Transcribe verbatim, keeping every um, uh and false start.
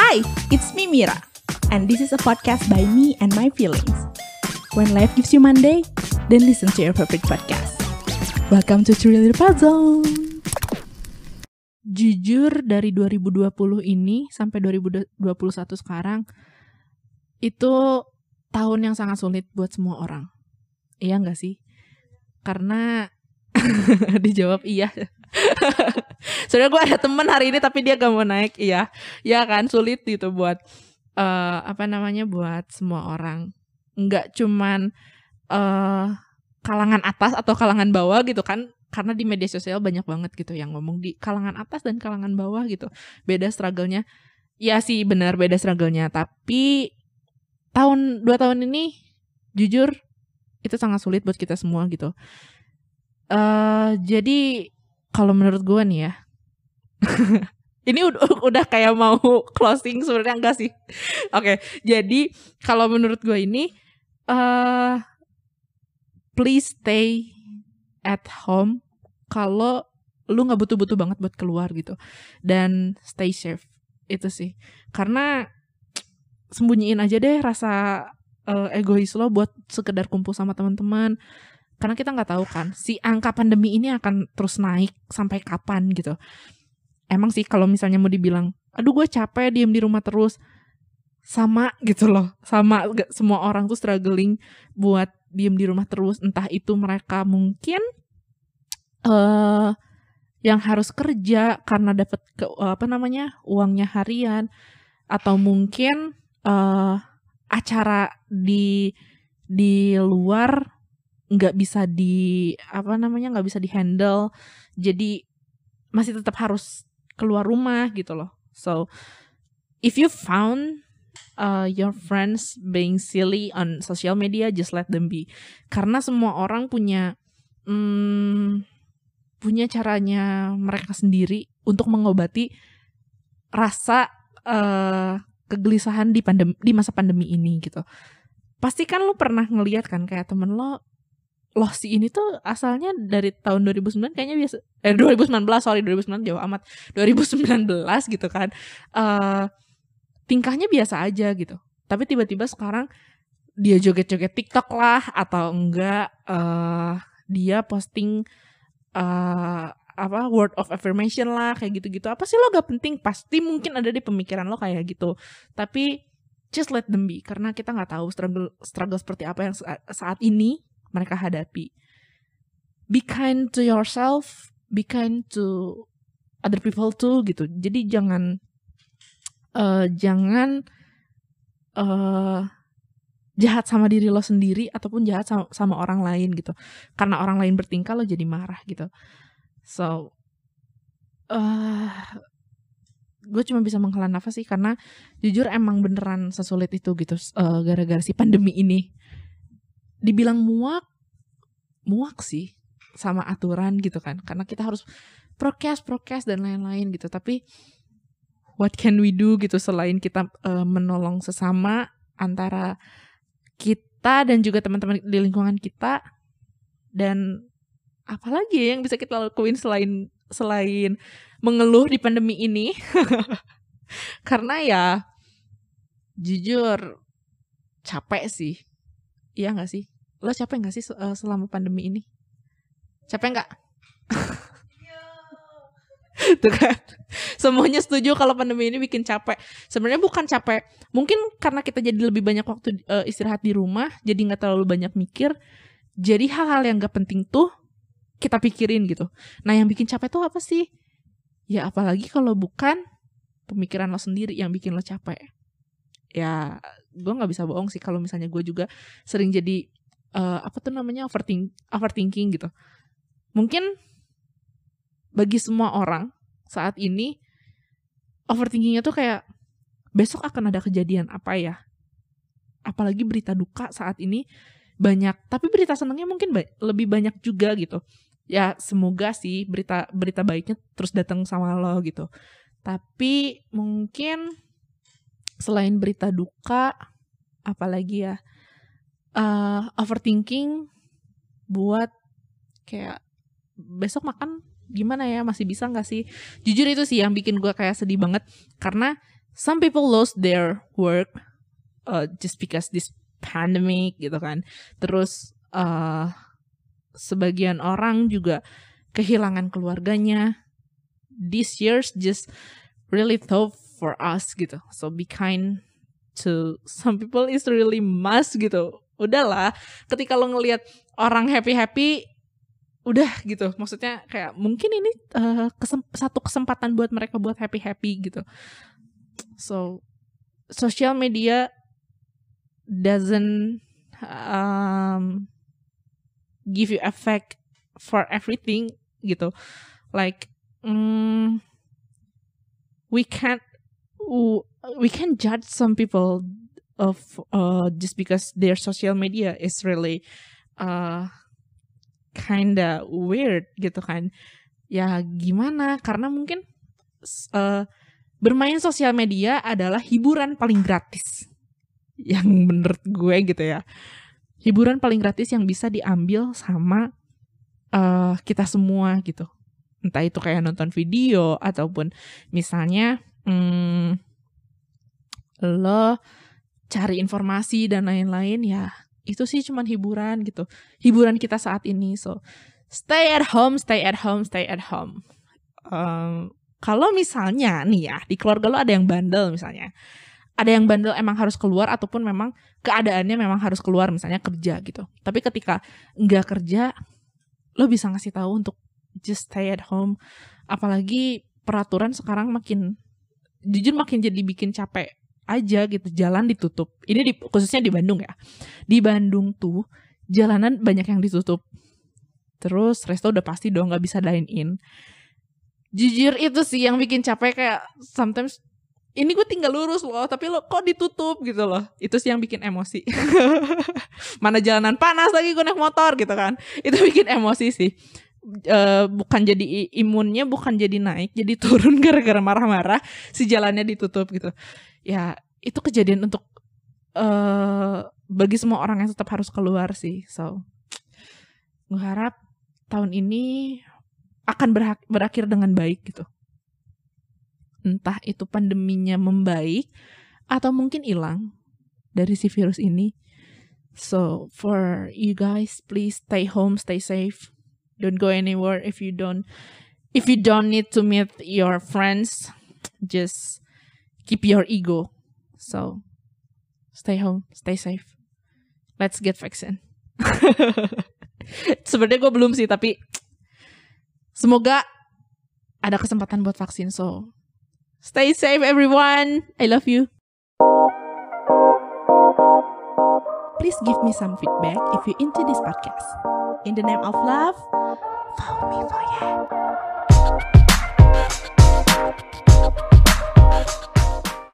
Hi, it's me Mira, and this is a podcast by me and my feelings. When life gives you Monday, then listen to your favorite podcast. Welcome to Thriller Puzzle. Jujur dari dua ribu dua puluh ini sampai dua ribu dua puluh satu sekarang, itu tahun yang sangat sulit buat semua orang. Iya gak sih? Karena dijawab iya. Sebenarnya gue ada temen hari ini tapi dia gak mau naik. Iya, ya kan, sulit gitu buat uh, apa namanya buat semua orang. Nggak cuman uh, kalangan atas atau kalangan bawah gitu kan. Karena di media sosial banyak banget gitu yang ngomong di kalangan atas dan kalangan bawah gitu. Beda struggle-nya. Ya sih benar beda struggle-nya. Tapi tahun dua tahun ini jujur itu sangat sulit buat kita semua gitu. Uh, jadi kalau menurut gue nih ya, ini udah, udah kayak mau closing sebenarnya enggak sih. Oke, okay, jadi kalau menurut gue ini, uh, please stay at home kalau lu nggak butuh-butuh banget buat keluar gitu, dan stay safe itu sih. Karena sembunyiin aja deh rasa uh, egois lo buat sekedar kumpul sama teman-teman. Karena kita nggak tahu kan si angka pandemi ini akan terus naik sampai kapan gitu. Emang sih kalau misalnya mau dibilang, aduh gue capek diem di rumah terus, sama gitu loh, sama gak, semua orang tuh struggling buat diem di rumah terus. Entah itu mereka mungkin uh, yang harus kerja karena dapat ke, apa namanya uangnya harian, atau mungkin uh, acara di di luar nggak bisa di apa namanya nggak bisa dihandle, jadi masih tetap harus keluar rumah gitu loh. So if you found uh, your friends being silly on social media, just let them be. Karena semua orang punya hmm, punya caranya mereka sendiri untuk mengobati rasa uh, kegelisahan di pandemi, di masa pandemi ini gitu. Pasti kan lo pernah ngelihat kan kayak temen lo, loh si ini tuh asalnya dari tahun dua ribu sembilan kayaknya biasa, eh dua ribu sembilan belas sorry dua ribu sembilan jauh amat, dua ribu sembilan belas gitu kan, uh, tingkahnya biasa aja gitu, tapi tiba-tiba sekarang dia joget-joget TikTok lah, atau enggak uh, dia posting uh, apa word of affirmation lah kayak gitu-gitu. Apa sih lo gak penting, pasti mungkin ada di pemikiran lo kayak gitu, tapi just let them be, karena kita nggak tahu struggle struggle seperti apa yang saat ini mereka hadapi. Be kind to yourself, be kind to other people too gitu. Jadi jangan uh, jangan uh, jahat sama diri lo sendiri ataupun jahat sama, sama orang lain gitu. Karena orang lain bertingkah lo jadi marah gitu. So uh, gue cuma bisa menghela nafas sih, karena jujur emang beneran sesulit itu gitu uh, gara-gara si pandemi ini. Dibilang muak, muak sih sama aturan gitu kan, karena kita harus prokes, prokes dan lain-lain gitu. Tapi what can we do gitu selain kita uh, menolong sesama antara kita dan juga teman-teman di lingkungan kita, dan apalagi yang bisa kita lakuin selain selain mengeluh di pandemi ini. Karena ya jujur capek sih. Iya gak sih? Lo capek gak sih selama pandemi ini? Capek gak? Tuh kan, semuanya setuju kalau pandemi ini bikin capek. Sebenarnya bukan capek, mungkin karena kita jadi lebih banyak waktu uh, istirahat di rumah, jadi gak terlalu banyak mikir. Jadi hal-hal yang gak penting tuh kita pikirin gitu. Nah yang bikin capek tuh apa sih? Ya apalagi kalau bukan pemikiran lo sendiri yang bikin lo capek. Ya gue gak bisa bohong sih kalau misalnya gue juga sering jadi uh, apa tuh namanya overthink, overthinking gitu. Mungkin bagi semua orang saat ini overthinkingnya tuh kayak besok akan ada kejadian apa ya. Apalagi berita duka saat ini banyak, tapi berita senangnya mungkin ba- lebih banyak juga gitu. Ya semoga sih berita berita baiknya terus datang sama lo gitu. Tapi mungkin selain berita duka, apalagi ya, uh, overthinking buat kayak besok makan gimana ya, masih bisa nggak sih? Jujur itu sih yang bikin gue kayak sedih banget, karena some people lost their work uh, just because this pandemic gitu kan. Terus uh, sebagian orang juga kehilangan keluarganya. This year's just really tough for us gitu. So be kind to some people is really must gitu. Udahlah, ketika lo ngelihat orang happy-happy, udah gitu. Maksudnya kayak mungkin ini uh, kesem- satu kesempatan buat mereka buat happy-happy gitu. So social media doesn't um, give you effect for everything gitu. Like mm, we can't we can judge some people of uh, just because their social media is really uh, kinda weird gitu kan. Ya gimana, karena mungkin uh, bermain sosial media adalah hiburan paling gratis yang menurut gue gitu ya. Hiburan paling gratis yang bisa diambil sama uh, kita semua gitu. Entah itu kayak nonton video ataupun misalnya Hmm, lo cari informasi dan lain-lain, ya itu sih cuman hiburan gitu. Hiburan kita saat ini. So stay at home, stay at home, stay at home. Um, kalau misalnya nih ya di keluarga lo ada yang bandel misalnya, ada yang bandel emang harus keluar ataupun memang keadaannya memang harus keluar misalnya kerja gitu. Tapi ketika nggak kerja, lo bisa ngasih tahu untuk just stay at home. Apalagi peraturan sekarang makin jujur makin jadi bikin capek aja gitu, jalan ditutup. Ini di, khususnya di Bandung ya. Di Bandung tuh jalanan banyak yang ditutup. Terus resto udah pasti dong gak bisa dine in. Jujur itu sih yang bikin capek, kayak sometimes ini gue tinggal lurus loh, tapi lo kok ditutup gitu loh. Itu sih yang bikin emosi. Mana jalanan panas lagi gue naik motor gitu kan. Itu bikin emosi sih. Uh, bukan jadi imunnya bukan jadi naik, jadi turun gara-gara marah-marah, si jalannya ditutup gitu. Ya itu kejadian untuk uh, bagi semua orang yang tetap harus keluar sih. So gue harap tahun ini akan berak- berakhir dengan baik gitu. Entah itu pandeminya membaik atau mungkin hilang dari si virus ini. So for you guys, please stay home, stay safe. Don't go anywhere if you don't if you don't need to meet your friends. Just keep your ego. So stay home, stay safe. Let's get vaccine. Sebenarnya gue belum sih, tapi semoga ada kesempatan buat vaksin. So stay safe everyone. I love you. Please give me some feedback if you're into this podcast. In the name of love, follow me for ya.